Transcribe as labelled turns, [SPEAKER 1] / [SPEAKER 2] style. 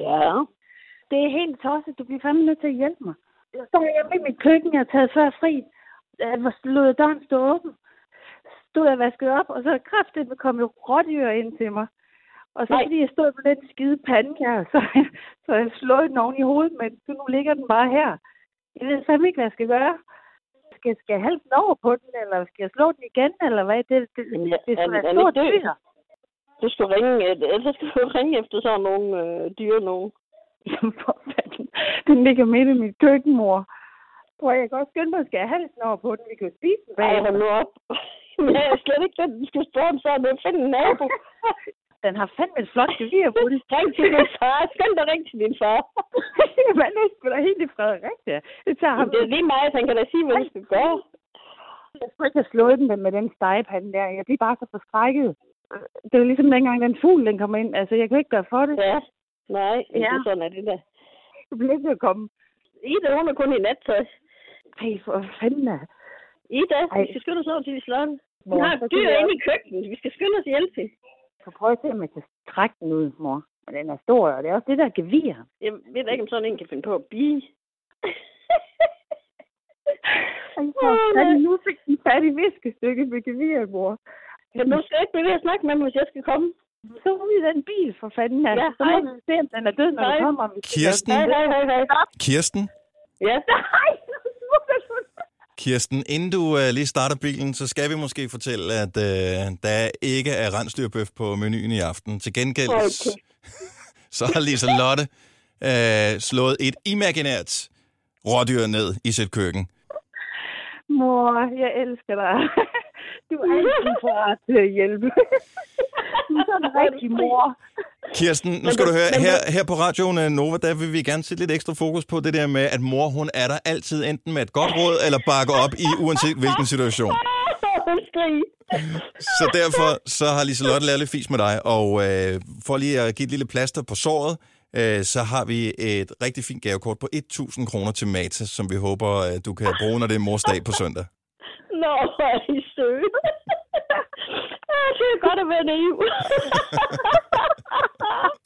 [SPEAKER 1] Ja.
[SPEAKER 2] Det er helt tosset. Du bliver fandme nødt til at hjælpe mig. Jeg står hjemme i mit køkken, jeg har taget før fri. Jeg lod døren stå åben. Stod jeg vasket op, og så kraftigt kom jo rådyr ind til mig. Og så fordi jeg stod på den skide pande her, så jeg slået den oven i hovedet, men nu ligger den bare her. Jeg ved fandme ikke, hvad jeg skal gøre. Skal jeg hælde den over på den, eller skal jeg slå den igen, eller hvad? Det er sådan et stort dyr.
[SPEAKER 1] Du skal ringe efter sådan nogle dyr nogen.
[SPEAKER 2] Den ligger midt i mit køkken, mor. Tror jeg kan også skynde mig, skal jeg have den over på den? Vi kan jo spise den bag.
[SPEAKER 1] Ej, hold nu op. Men jeg er slet ikke den skal stå om sådan noget. Find en nabo.
[SPEAKER 2] Den har fandme et flot gevir på det.
[SPEAKER 1] Ring til din far. Skynd dig ring til din far.
[SPEAKER 2] Men det er sgu da helt i Fredericia. Det
[SPEAKER 1] er lige mig, han kan da sige, hvad du skal gøre.
[SPEAKER 2] Jeg skulle ikke have slået den med den stegepande der. Jeg bliver bare så forskrækket. Det var ligesom dengang den fugl, den kom ind. Altså, jeg kunne ikke gøre for det.
[SPEAKER 1] Ja. Nej, det er sådan, er det der.
[SPEAKER 2] Du bliver ikke at komme.
[SPEAKER 1] Ida, hun er kun i nattøj.
[SPEAKER 2] Ej, for fanden da.
[SPEAKER 1] Ida, vi skal skynde os over til de slår den. Hun har et dyr inde i køkkenet. Vi skal skynde os hjælpe til.
[SPEAKER 2] Jeg skal prøve at se, om jeg kan trække den ud, mor. Og den er stor, og det er også det, der gevir.
[SPEAKER 1] Jeg ved ikke, om sådan en kan finde på at bige.
[SPEAKER 2] Nu fik den fat i viskestykke med gevir, mor.
[SPEAKER 1] Men du skal ikke blive ved at snakke med mig, hvis jeg skal komme.
[SPEAKER 2] Så ud i den bil, for fanden her. Ja, så må vi se, om den er død, når du kommer.
[SPEAKER 3] Kirsten?
[SPEAKER 1] Hej.
[SPEAKER 3] Kirsten?
[SPEAKER 1] Ja.
[SPEAKER 2] Nej,
[SPEAKER 3] Kirsten, inden du lige starter bilen, så skal vi måske fortælle, at der ikke er rensdyrbøf på menuen i aften. Til gengæld, så har Liselotte slået et imaginært rådyr ned i sit køkken.
[SPEAKER 2] Mor, jeg elsker dig. Du er altid for at hjælpe. Du er sådan en rigtig mor.
[SPEAKER 3] Kirsten, nu skal du høre, her på radioen Nova, der vil vi gerne sætte lidt ekstra fokus på det der med, at mor, hun er der altid enten med et godt råd, eller bakker op i uanset hvilken situation. Så derfor så har Liselotte lavet lidt fis med dig, og for lige at give et lille plaster på såret, så har vi et rigtig fint gavekort på 1.000 kroner til Matas, som vi håber, du kan bruge, når det er morsdag på søndag.
[SPEAKER 1] Nå, hvor er I søde. Det er godt at være naiv.